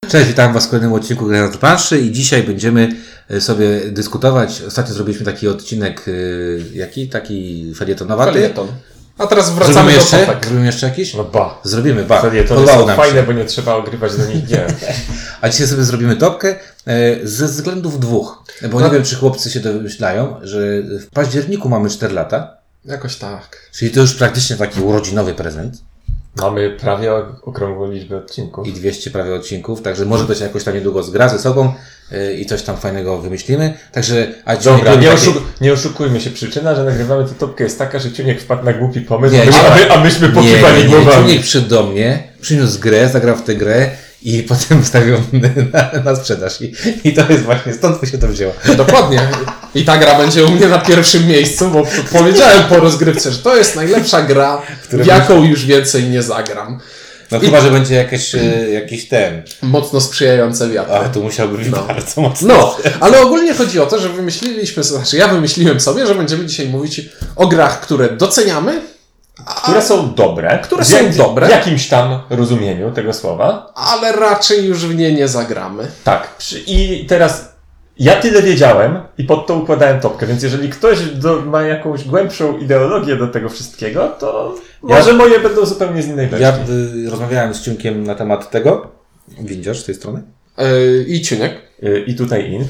Cześć, witam Was w kolejnym odcinku Gry na planszy i dzisiaj będziemy sobie dyskutować. Ostatnio zrobiliśmy taki odcinek, taki felietonowaty. Felieton. A teraz wracamy do topek. Zrobimy jeszcze jakiś? No ba. Zrobimy, Felietony są fajne, bo nie trzeba ogrywać do nich gier. A dzisiaj sobie zrobimy topkę ze względów dwóch. Bo nie wiem, czy chłopcy się domyślają, że w październiku mamy 4 lata. Jakoś tak. Czyli to już praktycznie taki urodzinowy prezent. Mamy prawie okrągłą liczbę odcinków. I 200 prawie odcinków, także może to się jakoś tam niedługo zgra ze sobą i coś tam fajnego wymyślimy. Także, dobra, nie oszukujmy się. Przyczyna, że nagrywamy tę topkę jest taka, że Ciuniek wpadł na głupi pomysł, a myśmy pokiwali głowami. Ciuniek przyszedł do mnie, przyniósł grę, zagrał w tę grę i potem wstawił na sprzedaż. I to jest właśnie, stąd mi się to wzięło. Dokładnie. I ta gra będzie u mnie na pierwszym miejscu, bo powiedziałem po rozgrywce, że to jest najlepsza gra, w jaką już więcej nie zagram. No chyba, że będzie jakiś ten... Mocno sprzyjające wiatry. Ale to musiałby być bardzo mocno. No, ale ogólnie chodzi o to, że ja wymyśliłem sobie, że będziemy dzisiaj mówić o grach, które doceniamy, które są dobre. W jakimś tam rozumieniu tego słowa. Ale raczej już w nie zagramy. Tak. I teraz ja tyle wiedziałem i pod to układałem topkę, więc jeżeli ktoś ma jakąś głębszą ideologię do tego wszystkiego, to może moje będą zupełnie z innej beczki. Ja rozmawiałem z Ciunkiem na temat tego. Windziarz z tej strony. I Ciuniek. I tutaj Ink.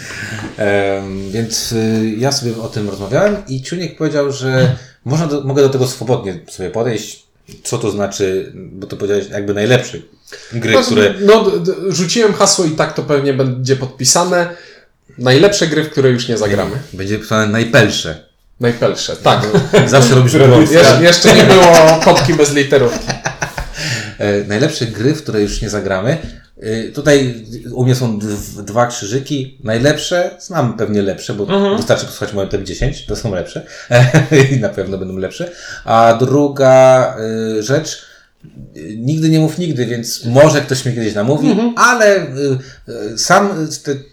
Więc ja sobie o tym rozmawiałem i Ciuniek powiedział, że mogę do tego swobodnie sobie podejść. Co to znaczy, bo to powiedziałeś jakby najlepsze gry, które... No, rzuciłem hasło i tak to pewnie będzie podpisane. Najlepsze gry, w które już nie zagramy. Będzie pisane najpelsze. Najpelsze, tak. Zawsze robisz błąd. Jeszcze nie było kopki bez literówki. Najlepsze gry, w które już nie zagramy. Tutaj u mnie są 2 krzyżyki. Najlepsze, znam pewnie lepsze, bo wystarczy posłuchać moją top 10, to są lepsze. I na pewno będą lepsze. A druga rzecz, nigdy nie mów nigdy, więc może ktoś mi kiedyś namówi, ale sam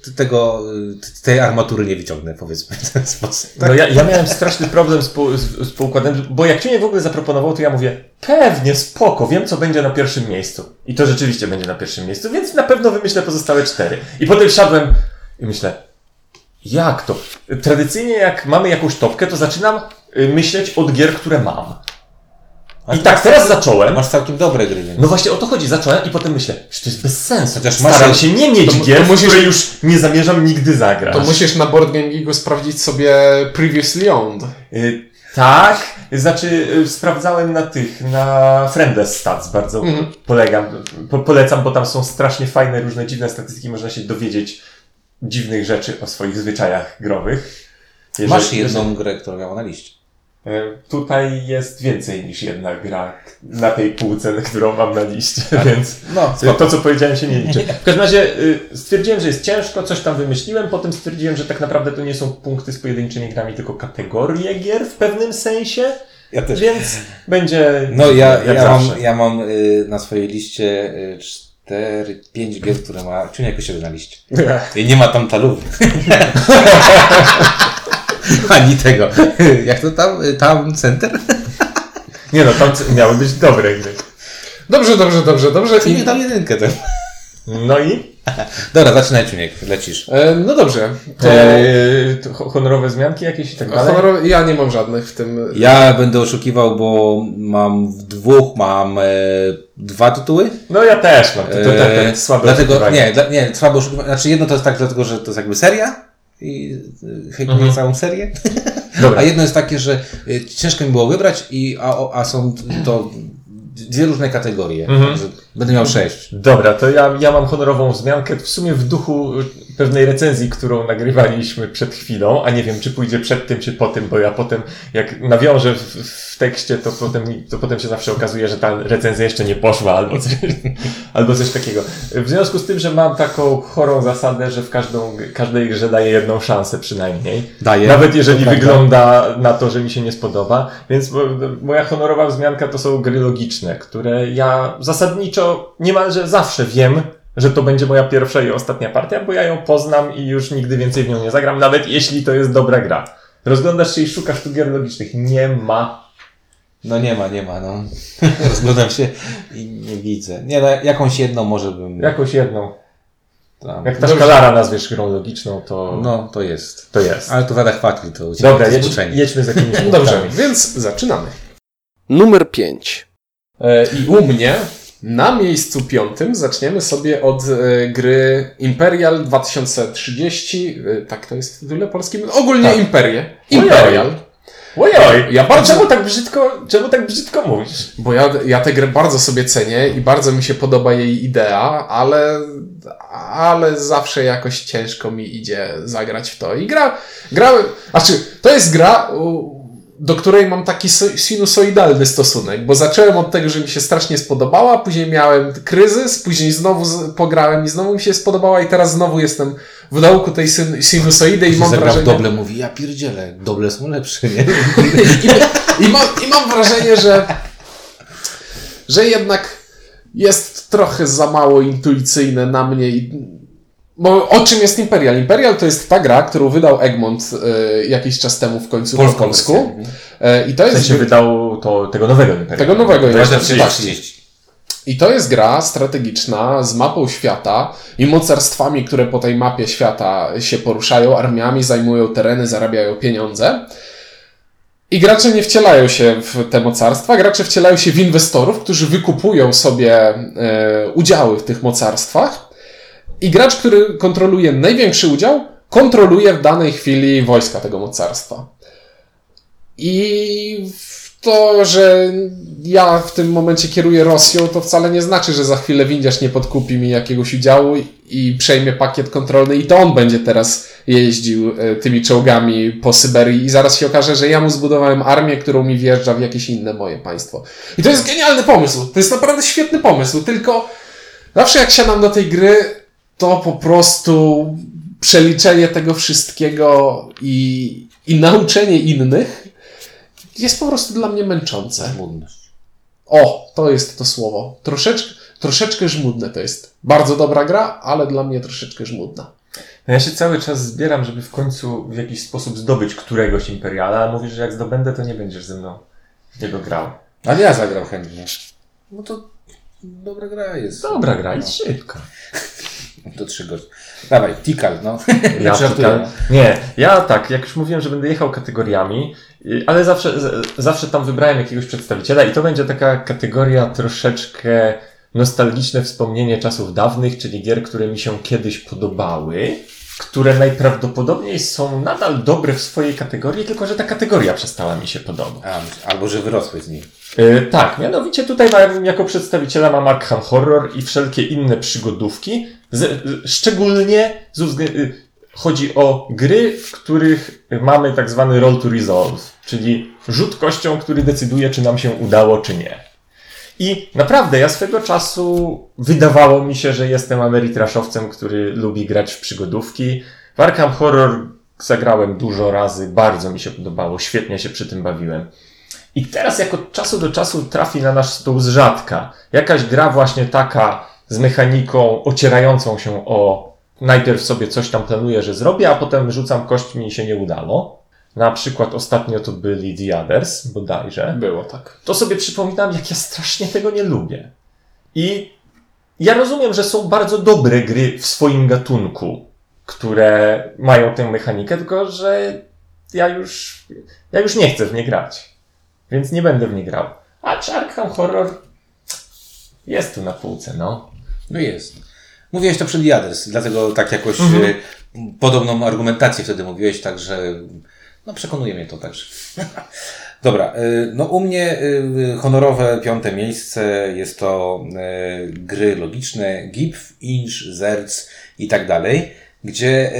tej armatury nie wyciągnę, powiedzmy w ten sposób. Tak? No ja miałem straszny problem z poukładem, bo jak Ciuniek w ogóle zaproponował, to ja mówię, pewnie, spoko, wiem co będzie na pierwszym miejscu. I to rzeczywiście będzie na pierwszym miejscu, więc na pewno wymyślę pozostałe 4. I potem siadłem i myślę, jak to? Tradycyjnie jak mamy jakąś topkę, to zaczynam myśleć od gier, które mam. I tak teraz zacząłem. Masz całkiem dobre gry. Więc. No właśnie o to chodzi. Zacząłem i potem myślę, że to jest bez sensu. Chociaż staram się nie mieć gier, które już nie zamierzam nigdy zagrać. To musisz na Board Game Geeku sprawdzić sobie Previously Owned. Tak, znaczy sprawdzałem na Friendless Stats, bardzo polecam, bo tam są strasznie fajne, różne dziwne statystyki, można się dowiedzieć dziwnych rzeczy o swoich zwyczajach growych. Masz jedną grę, którą miała na liście. Tutaj jest więcej niż jedna gra na tej półce, którą mam na liście, więc to, co powiedziałem, się nie liczy. W każdym razie stwierdziłem, że jest ciężko, coś tam wymyśliłem, potem stwierdziłem, że tak naprawdę to nie są punkty z pojedynczymi grami, tylko kategorie gier w pewnym sensie, ja też. Więc będzie ja mam na swojej liście 4-5 gier, które ma Ciuniek u siebie na liście. I nie ma tam talów. Ani tego. Jak to tam Center? Nie no, tam miały być dobre gry. Dobrze. Czyli nie dam jedynkę tam. No i? Dobra, zaczynaj Ciuniek, lecisz. No dobrze. To honorowe zmianki jakieś i tak dalej? Ja nie mam żadnych w tym. Ja będę oszukiwał, bo mam 2 tytuły. No ja też mam. To słabe dlatego nie, słabo oszukiwanie. Znaczy jedno to jest tak, dlatego że to jest jakby seria. I hejtuję całą serię. Dobra. A jedno jest takie, że ciężko mi było wybrać, a są to 2 różne kategorie. Także będę miał 6. Dobra, to ja mam honorową wzmiankę w sumie w duchu pewnej recenzji, którą nagrywaliśmy przed chwilą, a nie wiem, czy pójdzie przed tym, czy po tym, bo ja potem, jak nawiążę w tekście, to potem się zawsze okazuje, że ta recenzja jeszcze nie poszła, albo coś takiego. W związku z tym, że mam taką chorą zasadę, że w każdej grze daję jedną szansę przynajmniej. Nawet jeżeli wygląda na to, że mi się nie spodoba. Więc moja honorowa wzmianka to są gry logiczne, które ja zasadniczo niemalże zawsze wiem, że to będzie moja pierwsza i ostatnia partia, bo ja ją poznam i już nigdy więcej w nią nie zagram, nawet jeśli to jest dobra gra. Rozglądasz się i szukasz tu gier logicznych. Nie ma. No nie ma, no. Rozglądam się i nie widzę. Nie, no jakąś jedną może bym... Jakąś jedną. Tam. Jak ta szkalara nazwiesz grą logiczną, to... No, to jest. To jest. Ale to wada chwatli, to Dobra, jedźmy z jakimiś Dobrze, więc zaczynamy. Numer 5. I u mnie na miejscu 5 zaczniemy sobie od gry Imperial 2030. Tak to jest w tytule polskim? Ogólnie tak. Imperial. Ojoj, ja bardzo... czemu tak brzydko mówisz? Bo ja tę grę bardzo sobie cenię i bardzo mi się podoba jej idea, ale zawsze jakoś ciężko mi idzie zagrać w to. I to jest gra, do której mam taki sinusoidalny stosunek, bo zacząłem od tego, że mi się strasznie spodobała, później miałem kryzys, później znowu pograłem i znowu mi się spodobała i teraz znowu jestem w dołku tej sinusoidy i mam wrażenie... Doble mówi, ja pierdzielę, doble są lepsze, nie? I mam wrażenie, że jednak jest trochę za mało intuicyjne na mnie. Bo o czym jest Imperial? Imperial to jest ta gra, którą wydał Egmont jakiś czas temu w końcu po polsku. I to jest... W sensie wydał tego nowego Imperial. Tego nowego Imperial. I to jest gra strategiczna z mapą świata i mocarstwami, które po tej mapie świata się poruszają, armiami, zajmują tereny, zarabiają pieniądze. I gracze nie wcielają się w te mocarstwa, gracze wcielają się w inwestorów, którzy wykupują sobie udziały w tych mocarstwach. I gracz, który kontroluje największy udział, kontroluje w danej chwili wojska tego mocarstwa. I to, że ja w tym momencie kieruję Rosją, to wcale nie znaczy, że za chwilę windiarz nie podkupi mi jakiegoś udziału i przejmie pakiet kontrolny i to on będzie teraz jeździł tymi czołgami po Syberii i zaraz się okaże, że ja mu zbudowałem armię, którą mi wjeżdża w jakieś inne moje państwo. I to jest genialny pomysł. To jest naprawdę świetny pomysł, tylko zawsze jak siadam do tej gry, to po prostu przeliczenie tego wszystkiego i nauczenie innych jest po prostu dla mnie męczące. Żmudność. O, to jest to słowo. Troszeczkę żmudne to jest. Bardzo dobra gra, ale dla mnie troszeczkę żmudna. No ja się cały czas zbieram, żeby w końcu w jakiś sposób zdobyć któregoś Imperiala, a mówisz, że jak zdobędę, to nie będziesz ze mną w niego grał. Ale ja zagrał chętnie. No to dobra gra jest. Dobra gra, jest szybka. To 3 godziny. Dawaj, Tikal, no. Nie, ja tak, jak już mówiłem, że będę jechał kategoriami, ale zawsze tam wybrałem jakiegoś przedstawiciela i to będzie taka kategoria troszeczkę nostalgiczne wspomnienie czasów dawnych, czyli gier, które mi się kiedyś podobały, które najprawdopodobniej są nadal dobre w swojej kategorii, tylko że ta kategoria przestała mi się podobać. Albo że wyrosły z niej. Tak, mianowicie tutaj jako przedstawiciela mam Arkham Horror i wszelkie inne przygodówki. Szczególnie chodzi o gry, w których mamy tak zwany roll to resolve, czyli rzut kością, który decyduje, czy nam się udało, czy nie. I naprawdę ja swego czasu wydawało mi się, że jestem Ameritraszowcem, który lubi grać w przygodówki. W Arkham Horror zagrałem dużo razy, bardzo mi się podobało, świetnie się przy tym bawiłem. I teraz jak od czasu do czasu trafi na nasz stół z rzadka jakaś gra właśnie taka z mechaniką ocierającą się o najpierw sobie coś tam planuję, że zrobię, a potem rzucam kośćmi i się nie udało. Na przykład ostatnio to byli The Others, bodajże. Było tak. To sobie przypominam, jak ja strasznie tego nie lubię. I ja rozumiem, że są bardzo dobre gry w swoim gatunku, które mają tę mechanikę, tylko że ja już nie chcę w nie grać. Więc nie będę w nie grał. A Arkham Horror jest tu na półce, no. No jest. Mówiłeś to przed The Others, dlatego tak jakoś podobną argumentację wtedy mówiłeś, także no przekonuje mnie to także. Dobra, no u mnie honorowe 5. miejsce jest to gry logiczne, Gipf, Inch, Zerz i tak dalej, gdzie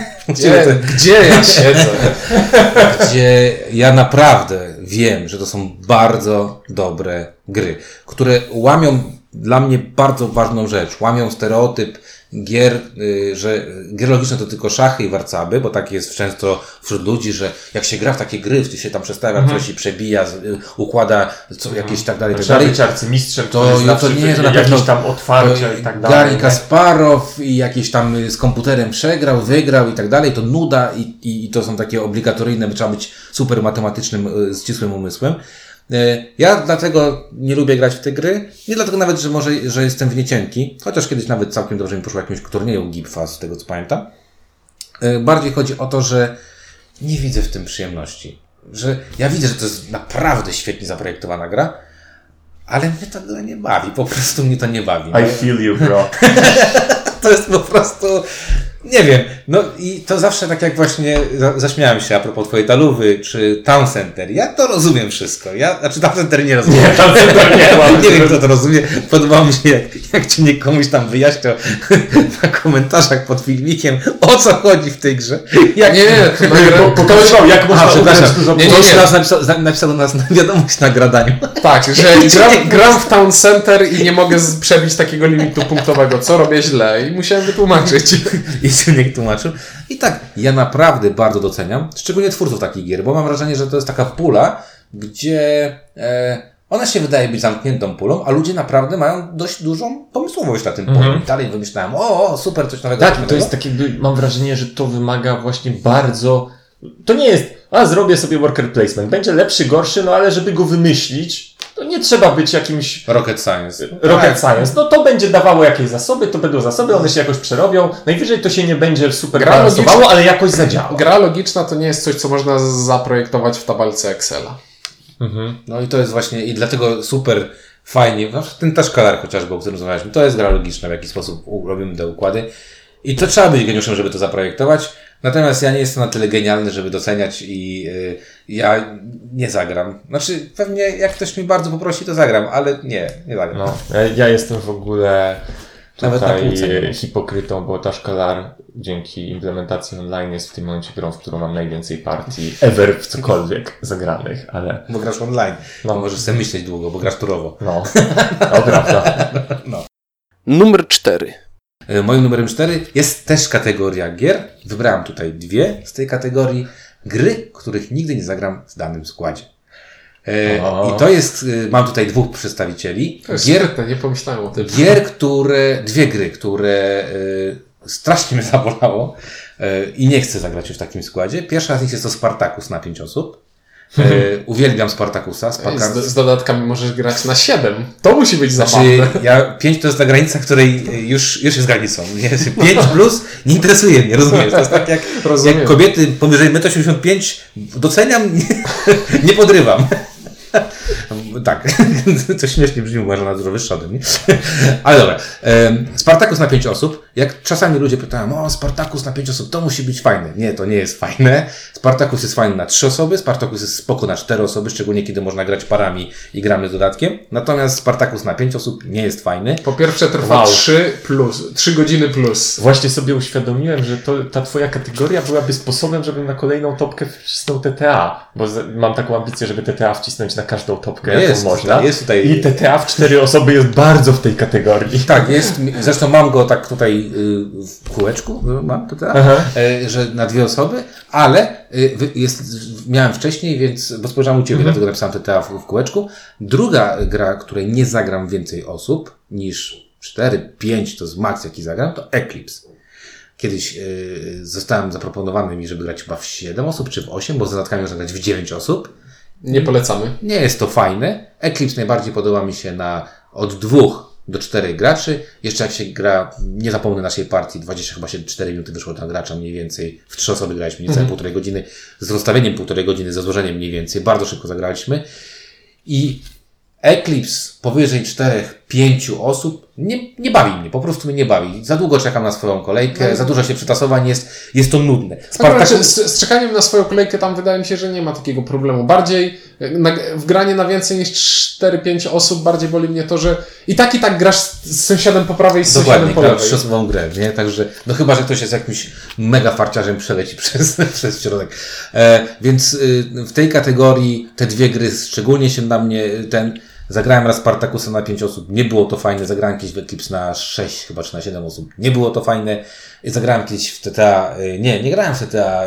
ja siedzę? Gdzie ja naprawdę wiem, że to są bardzo dobre gry, które łamią dla mnie bardzo ważną rzecz. Łamią stereotyp gier, że gry logiczne to tylko szachy i warcaby, bo tak jest często wśród ludzi, że jak się gra w takie gry, ty się tam przestawia coś i przebija, układa jakieś tak dalej, tak dalej. Arcymistrzem, to nie jest na pewno jakieś tam otwarcia i tak dalej. Garry Kasparow i jakieś tam z komputerem przegrał, wygrał i tak dalej, to nuda i to są takie obligatoryjne, by trzeba być super matematycznym, ścisłym umysłem. Ja dlatego nie lubię grać w te gry. Nie dlatego nawet, że jestem w nie cienki. Chociaż kiedyś nawet całkiem dobrze mi poszło jakimś turnieju Gipfa, z tego co pamiętam. Bardziej chodzi o to, że nie widzę w tym przyjemności. Że ja widzę, że to jest naprawdę świetnie zaprojektowana gra, ale mnie to nie bawi. Po prostu mnie to nie bawi. I feel you, bro. To jest po prostu... Nie wiem. No i to zawsze tak jak właśnie zaśmiałem się a propos twojej Taluwy, czy Town Center. Ja to rozumiem wszystko. Znaczy Town Center nie rozumiem. Town Center nie wiem, kto to rozumie. Podobało mi się, jak ci nie komuś tam wyjaśniał na komentarzach pod filmikiem, o co chodzi w tej grze. Pokazywał, jak można ugrać dużo. Ktoś raz napisał do nas na wiadomość na gradaniu. Tak, że gram w Town Center i nie mogę przebić takiego limitu punktowego. Co robię źle? I musiałem wytłumaczyć. I silnik tłumaczył. I tak, ja naprawdę bardzo doceniam, szczególnie twórców takich gier, bo mam wrażenie, że to jest taka pula, gdzie ona się wydaje być zamkniętą pulą, a ludzie naprawdę mają dość dużą pomysłowość na tym polu. I dalej wymyślałem, super, coś nowego. Tak, to jest tak jakby, mam wrażenie, że to wymaga właśnie bardzo... To nie jest, zrobię sobie worker placement, będzie lepszy, gorszy, no ale żeby go wymyślić, to nie trzeba być jakimś... Rocket Science. No to będzie dawało jakieś zasoby, to będą zasoby, one się jakoś przerobią. Najwyżej to się nie będzie super balansowało, ale jakoś zadziała. Gra logiczna to nie jest coś, co można zaprojektować w tabelce Excela. No i to jest właśnie, i dlatego super fajnie, ten Tashkalar chociażby, o którym rozmawialiśmy, to jest gra logiczna, w jaki sposób robimy te układy. I to trzeba być geniuszem, żeby to zaprojektować. Natomiast ja nie jestem na tyle genialny, żeby doceniać i ja nie zagram. Znaczy, pewnie jak ktoś mi bardzo poprosi, to zagram, ale nie zagram. No, ja jestem w ogóle nawet na półce hipokrytą, bo Tashkalar dzięki implementacji online jest w tym momencie grą, w którą mam najwięcej partii ever w cokolwiek zagranych, ale... Bo grasz online. No. Możesz sobie myśleć długo, bo grasz turowo. No, prawda. Numer 4. Moim numerem 4 jest też kategoria gier. Wybrałem tutaj 2 z tej kategorii. Gry, których nigdy nie zagram w danym składzie. I to jest, mam tutaj 2 przedstawicieli. To jest świetne, nie pomyślałem o tym. Dwie gry, które strasznie mnie zabolało i nie chcę zagrać już w takim składzie. Pierwsza z nich jest to Spartacus na 5 osób. Uwielbiam Spartacusa. Z dodatkami możesz grać na 7. To musi być zabawne. 5 to jest ta granica, której już jest granicą. 5 plus nie interesuje mnie, rozumiesz? To jest tak jak kobiety powyżej 1,85 m doceniam, nie podrywam. Tak, to śmiesznie brzmi, bo Marzena dużo wyższa ode mnie. Ale dobra. Spartacus na 5 osób. Jak czasami ludzie pytają, Spartacus na 5 osób, to musi być fajne. Nie, to nie jest fajne. Spartacus jest fajny na 3 osoby, Spartacus jest spoko na 4 osoby, szczególnie kiedy można grać parami i gramy z dodatkiem. Natomiast Spartacus na 5 osób nie jest fajny. Po pierwsze trwa 3 godziny plus. Właśnie sobie uświadomiłem, że ta twoja kategoria byłaby sposobem, żebym na kolejną topkę wcisnął TTA, bo mam taką ambicję, żeby TTA wcisnąć na każdą topkę, jaką można. Jest tutaj... I TTA w 4 osoby jest bardzo w tej kategorii. Tak, jest. Zresztą mam go tak tutaj w kółeczku, mam TTA, że na 2 osoby, ale miałem wcześniej, bo spojrzałem u Ciebie, dlatego napisałem TTA w kółeczku. Druga gra, której nie zagram więcej osób niż 4-5, to jest max jaki zagram, to Eclipse. Kiedyś zostałem zaproponowany mi, żeby grać chyba w 7 osób, czy w 8, bo z dodatkami można grać w 9 osób. Nie polecamy. Nie jest to fajne. Eclipse najbardziej podoba mi się od 2 do 4 graczy. Jeszcze jak się gra, nie zapomnę naszej partii, 24 minuty wyszło na gracza mniej więcej. W 3 osoby graliśmy niecałe 1,5 godziny, z rozstawieniem 1,5 godziny, ze złożeniem mniej więcej. Bardzo szybko zagraliśmy. I Eclipse powyżej 4-5 osób nie bawi mnie, po prostu mnie nie bawi. Za długo czekam na swoją kolejkę, za dużo się przytasowań jest to nudne. Z czekaniem na swoją kolejkę tam wydaje mi się, że nie ma takiego problemu. Bardziej w granie na więcej niż 4-5 osób bardziej boli mnie to, że i tak grasz z sąsiadem po prawej i z sąsiadem po lewej. Dokładnie, grasz grę, nie? Także, chyba, że ktoś jest jakimś mega farciarzem, przeleci przez środek. Więc w tej kategorii te 2 gry szczególnie się na mnie zagrałem raz Spartacusa na 5 osób, nie było to fajne. Zagrałem kiedyś w Eclipse na 6 chyba, czy na 7 osób, nie było to fajne. Zagrałem kiedyś w TTA, nie grałem w TTA,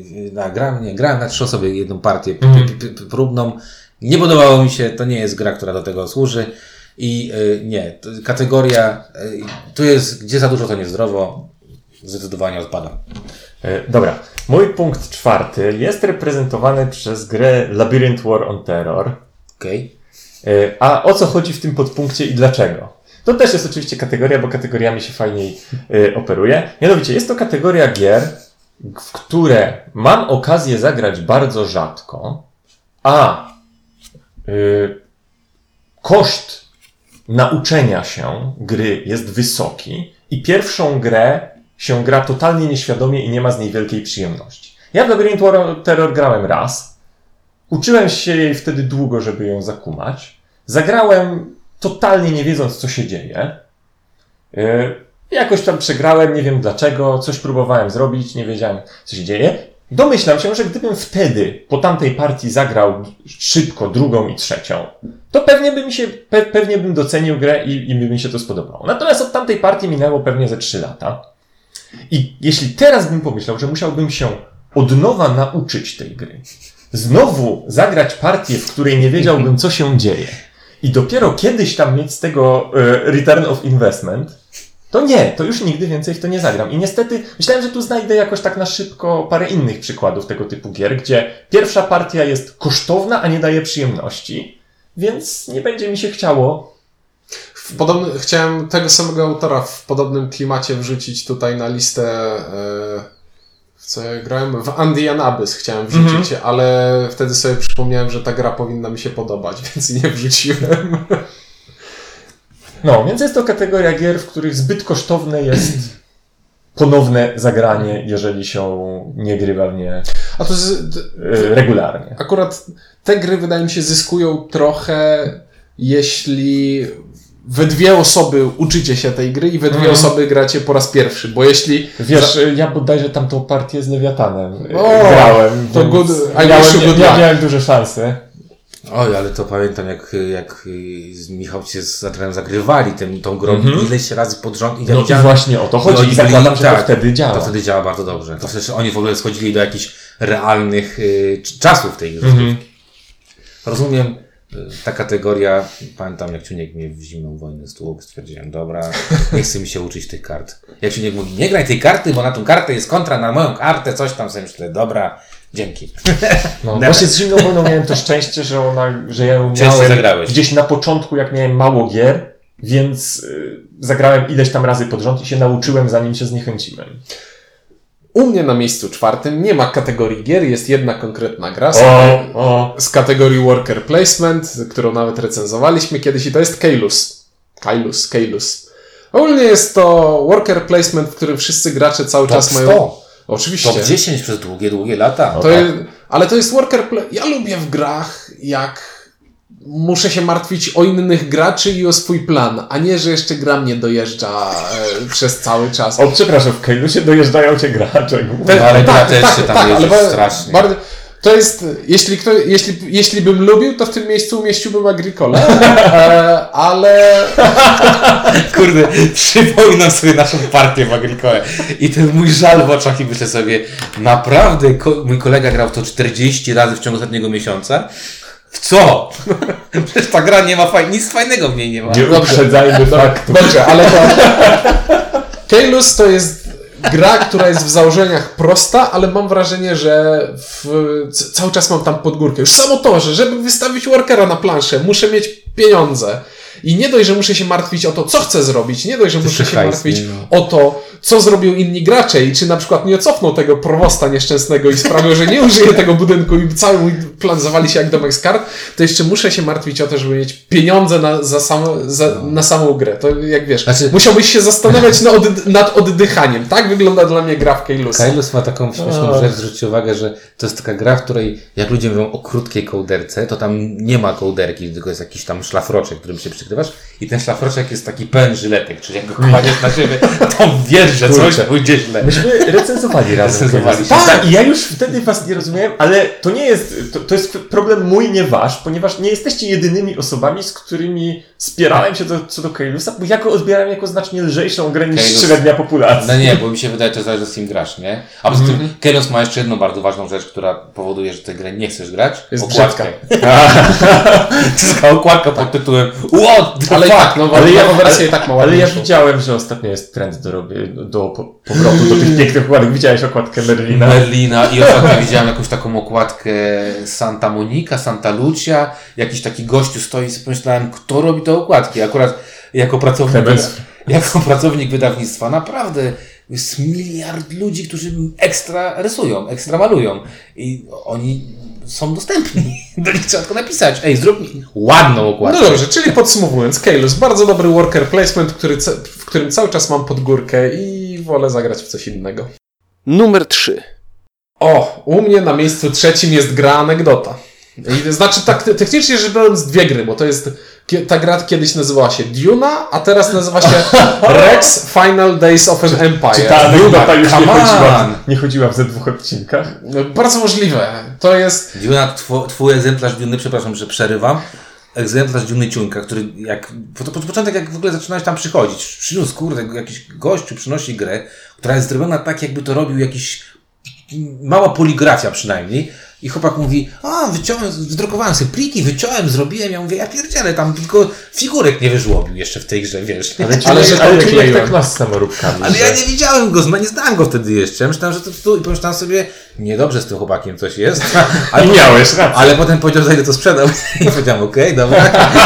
grałem na 3 osoby jedną partię próbną. Nie podobało mi się, to nie jest gra, która do tego służy. I kategoria, tu jest, gdzie za dużo, to niezdrowo, zdecydowanie odpadam. Dobra, mój punkt 4 jest reprezentowany przez grę Labyrinth War on Terror. Okej. A o co chodzi w tym podpunkcie i dlaczego? To też jest oczywiście kategoria, bo kategoriami się fajniej operuje. Mianowicie jest to kategoria gier, w które mam okazję zagrać bardzo rzadko, a koszt nauczenia się gry jest wysoki i pierwszą grę się gra totalnie nieświadomie i nie ma z niej wielkiej przyjemności. Ja w Labyrinth Terror grałem raz, uczyłem się jej wtedy długo, żeby ją zakumać, zagrałem totalnie nie wiedząc, co się dzieje. Jakoś tam przegrałem, nie wiem dlaczego, coś próbowałem zrobić, nie wiedziałem, co się dzieje. Domyślam się, że gdybym wtedy, po tamtej partii zagrał szybko drugą i trzecią, to pewnie bym docenił grę i by mi się to spodobało. Natomiast od tamtej partii minęło pewnie ze 3 lata. I jeśli teraz bym pomyślał, że musiałbym się od nowa nauczyć tej gry, znowu zagrać partię, w której nie wiedziałbym, co się dzieje, i dopiero kiedyś tam mieć z tego return of investment, to już nigdy więcej w to nie zagram. I niestety myślałem, że tu znajdę jakoś tak na szybko parę innych przykładów tego typu gier, gdzie pierwsza partia jest kosztowna, a nie daje przyjemności, więc nie będzie mi się chciało. Chciałem tego samego autora w podobnym klimacie wrzucić tutaj na listę, w co ja grałem? W Andean Abyss chciałem wrzucić, ale wtedy sobie przypomniałem, że ta gra powinna mi się podobać, więc nie wrzuciłem. No, więc jest to kategoria gier, w których zbyt kosztowne jest ponowne zagranie, jeżeli się nie grywa w nie regularnie. Akurat te gry, wydaje mi się, zyskują trochę, jeśli we 2 osoby uczycie się tej gry i we 2 osoby gracie po raz pierwszy, bo jeśli... Wiesz, ja bodajże tamtą partię z Lewiatanem grałem, to miałem duże szanse. Oj, ale to pamiętam, jak z Michał się z Adrianem zagrywali tą grą ileś razy pod rząd. I I właśnie o to chodzi. I zakładam, że to wtedy działa. To wtedy działa bardzo dobrze. To przecież oni w ogóle schodzili do jakichś realnych czasów tej gry. Rozumiem, ta kategoria, pamiętam jak Ciuniek mnie w zimną wojnę z tłuk, stwierdziłem, dobra, nie chce mi się uczyć tych kart. Jak Ciuniek mówi, nie graj tej karty, bo na tą kartę jest kontra, na moją kartę, coś tam sobie myślę, dobra, dzięki. No, właśnie z zimną wojną miałem to szczęście, że ja ją miałem gdzieś na początku, jak miałem mało gier, więc zagrałem ileś tam razy pod rząd i się nauczyłem, zanim się zniechęciłem. U mnie na miejscu 4 nie ma kategorii gier, jest jedna konkretna gra z kategorii Worker Placement, którą nawet recenzowaliśmy kiedyś i to jest Keylus. Ogólnie jest to Worker Placement, w którym wszyscy gracze cały czas mają... Oczywiście. Top 10 przez długie lata. Ale to jest Worker Placement. Ja lubię w grach, jak muszę się martwić o innych graczy i o swój plan, a nie, że jeszcze gra mnie dojeżdża przez cały czas. O, przepraszam, w Kejlusie dojeżdżają cię gracze. Ale też się tam jeździsz strasznie. To jest, jeśli bym lubił, to w tym miejscu umieściłbym Agricole, ale... Kurde, przypominam sobie naszą partię w Agricole i ten mój żal w oczach i myślę sobie, naprawdę mój kolega grał w to 40 razy w ciągu ostatniego miesiąca. W co? Przecież ta gra nie ma nic fajnego w niej nie ma. Nie uprzedzajmy faktu. Dobrze, ale to... Keylus to jest gra, która jest w założeniach prosta, ale mam wrażenie, że cały czas mam tam pod górkę. Już samo to, że żeby wystawić workera na planszę, muszę mieć pieniądze. I nie dość, że muszę się martwić o to, co chcę zrobić, nie dość, że muszę się martwić o to, co zrobią inni gracze i czy na przykład nie cofną tego prowosta nieszczęsnego i sprawią, że nie użyję tego budynku i cały mój plan zawali się jak domek z kart, to jeszcze muszę się martwić o to, żeby mieć pieniądze na samą grę. To jak wiesz, musiałbyś się zastanawiać nad oddychaniem. Tak wygląda dla mnie gra w Keylusa. Keylus ma taką śmieszną rzecz, zwróćcie uwagę, że to jest taka gra, w której jak ludzie mówią o krótkiej kołderce, to tam nie ma kołderki, tylko jest jakiś tam szlafroczek, którym się przykrywasz i ten szlafroczek jest taki pełen żyletek, czyli jak go kładziesz na siebie, to wiesz, że coś pójdzie źle. Myśmy recenzowali razem. Tak, i ja już wtedy was nie rozumiałem, ale to nie jest, to jest problem mój, nie wasz, ponieważ nie jesteście jedynymi osobami, z którymi spierałem się co do Keylusa, bo ja go odbierałem jako znacznie lżejszą grę niż średnia populacja. No nie, bo mi się wydaje, że to zależy z kim grasz, nie? A poza tym Keylus ma jeszcze jedną bardzo ważną rzecz, która powoduje, że tę grę nie chcesz grać. Jest okładka. To jest taka okładka pod tytułem Ale tak, nowa wersja i tak ma Ale ja ładniejszą. widziałem, że ostatnio jest trend do powrotu do tych pięknych okładek. Widziałeś okładkę Merlina? Merlina i ostatnio widziałem jakąś taką okładkę Santa Monica, Santa Lucia, jakiś taki gościu stoi i sobie pomyślałem, kto robi te okładki. Akurat jako pracownik wydawnictwa naprawdę jest miliard ludzi, którzy ekstra rysują, ekstra malują i oni są dostępni. Do nich trzeba tylko napisać, ej, zrób mi ładną okładkę. No dobrze, czyli podsumowując, Keylus, bardzo dobry worker placement, w którym cały czas mam pod górkę i wolę zagrać w coś innego. Numer 3. O, u mnie na miejscu 3 jest gra Anegdota. Znaczy tak technicznie rzecz biorąc 2 gry, bo to jest ta gra kiedyś nazywała się Duna, a teraz nazywa się Rex Final Days of an Empire. Czy ta anegdota już come nie chodziła w ze 2 odcinkach? Bardzo możliwe. To jest... Duna, twój egzemplarz Duny, przepraszam, że przerywam. Egzemplarz Duny Ciuńka, który jak, pod początek jak w ogóle zaczynałeś tam przychodzić, przyniósł, kurde, jakiś gościu przynosi grę, która jest zrobiona tak, jakby to robił jakiś mała poligrafia przynajmniej. I chłopak mówi, wydrukowałem sobie pliki, wyciąłem, zrobiłem. Ja mówię, ja pierdzielę, tam tylko figurek nie wyżłobił jeszcze w tej grze, wiesz. Ale że to jak tak masz z samoróbkami. Ale ja nie widziałem go, nie znałem go wtedy jeszcze. Myślałem, że to tu i pomyślałem sobie, niedobrze z tym chłopakiem coś jest. Ale miałeś rację. Ale potem powiedział, za ile to sprzedał. I powiedziałem, okej, dobra.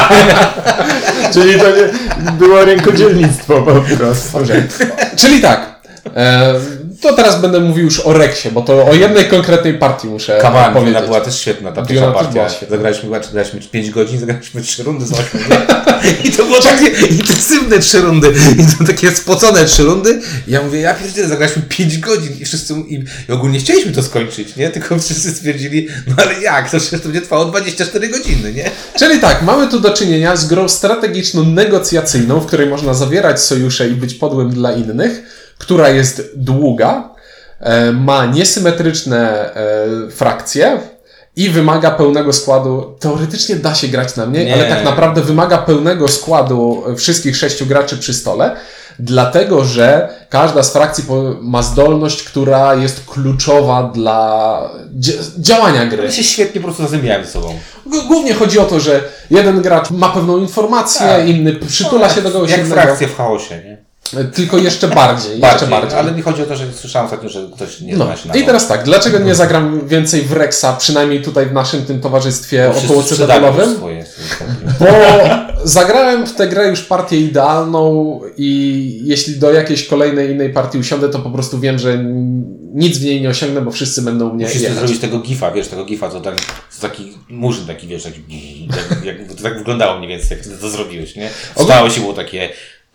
Czyli to nie było rękodzielnictwo po prostu. Czyli tak. To teraz będę mówił już o Rexie, bo to o jednej konkretnej partii muszę Kawan, powiedzieć. Duna była też świetna, ta Duna pierwsza też partia. była świetna. Zagraliśmy 5 godzin, zagraliśmy 3 rundy z 8. I to było takie intensywne 3 rundy. I to takie spocone 3 rundy. I ja mówię, ja pierdzielę, zagraliśmy 5 godzin i wszyscy, i ogólnie chcieliśmy to skończyć, nie? Tylko wszyscy stwierdzili, no ale jak? To przecież to będzie trwało 24 godziny, nie? Czyli tak, mamy tu do czynienia z grą strategiczno-negocjacyjną, w której można zawierać sojusze i być podłym dla innych, która jest długa, ma niesymetryczne frakcje i wymaga pełnego składu. Teoretycznie da się grać na mniej, ale tak naprawdę wymaga pełnego składu wszystkich 6 graczy przy stole, dlatego że każda z frakcji ma zdolność, która jest kluczowa dla działania gry. One się świetnie po prostu zazębiają ze sobą. Głównie chodzi o to, że jeden gracz ma pewną informację, inny przytula się do kogoś jak innego. frakcje w chaosie, nie? Tylko jeszcze bardziej. Ale mi chodzi o to, że słyszałem ostatnio, że ktoś nie zna się na to. I teraz tak, dlaczego nie zagram więcej w Rexa, przynajmniej tutaj w naszym tym towarzystwie Bo około cytadalowym? Bo zagrałem w tę grę już partię idealną i jeśli do jakiejś kolejnej innej partii usiądę, to po prostu wiem, że nic w niej nie osiągnę, bo wszyscy będą mnie Musisz jechać. zrobić tego gifa, co taki murzyn taki, wiesz, to tak wyglądało mniej więcej, jak to zrobiłeś, nie? Stało się było takie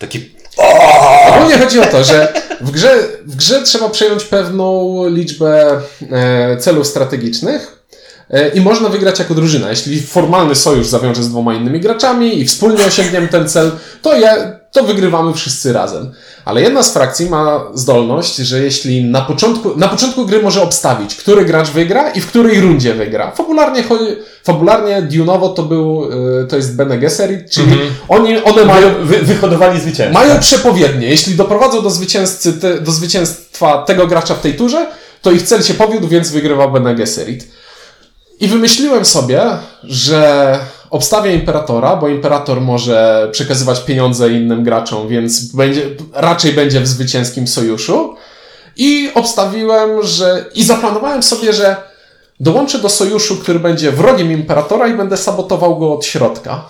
Ogólnie chodzi o to, że w grze trzeba przejąć pewną liczbę celów strategicznych i można wygrać jako drużyna. Jeśli formalny sojusz zawiąże z 2 innymi graczami i wspólnie osiągniemy ten cel, to wygrywamy wszyscy razem. Ale jedna z frakcji ma zdolność, że jeśli na początku gry może obstawić, który gracz wygra i w której rundzie wygra. Fabularnie Dune'owo to jest Bene Gesserit, czyli one mają... Wyhodowali zwycięstwo. Mają przepowiednie. Jeśli doprowadzą do zwycięstwa tego gracza w tej turze, to ich cel się powiódł, więc wygrywa Bene Gesserit. I wymyśliłem sobie, że obstawię Imperatora, bo Imperator może przekazywać pieniądze innym graczom, więc raczej będzie w zwycięskim sojuszu. I zaplanowałem sobie, że dołączę do sojuszu, który będzie wrogiem Imperatora i będę sabotował go od środka.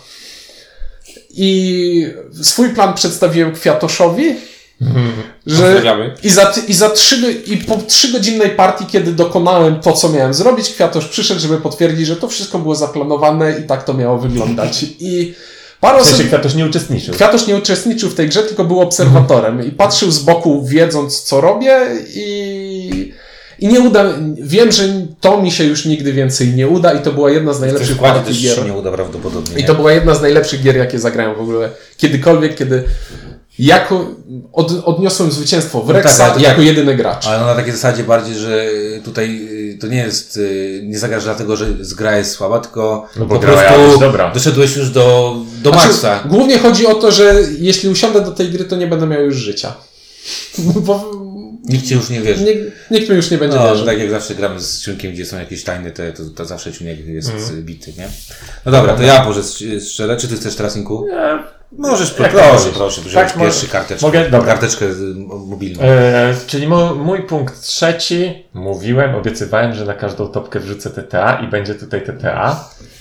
I swój plan przedstawiłem Kwiatoszowi, że po 3-godzinnej partii, kiedy dokonałem to, co miałem zrobić, Kwiatosz przyszedł, żeby potwierdzić, że to wszystko było zaplanowane i tak to miało wyglądać. I w sensie Kwiatosz nie uczestniczył. Kwiatosz nie uczestniczył w tej grze, tylko był obserwatorem i patrzył z boku, wiedząc, co robię i wiem, że to mi się już nigdy więcej nie uda i to była jedna z najlepszych partii gier. nie uda prawdopodobnie. I to była jedna z najlepszych gier, jakie zagrałem w ogóle kiedykolwiek, kiedy odniosłem zwycięstwo w Rexa jako jedyny gracz. Ale na takiej zasadzie bardziej, że tutaj to nie jest, nie zagrasz dlatego, że gra jest słaba, tylko po prostu doszedłeś już do maksa. Głównie chodzi o to, że jeśli usiądę do tej gry, to nie będę miał już życia. Nikt ci już nie wierzy. Nikt mi już nie będzie No, wierzył. tak jak zawsze gramy z Ciunkiem, gdzie są jakieś tajne, to zawsze Ciunek jest bity, nie? No dobra, to ja może strzelę. Czy ty chcesz teraz, Inku? Możesz, proszę. Tak, pierwszy karteczkę. Mogę? Dobra. Karteczkę mobilną. Czyli mój punkt trzeci. Obiecywałem, że na każdą topkę wrzucę TTA i będzie tutaj TTA.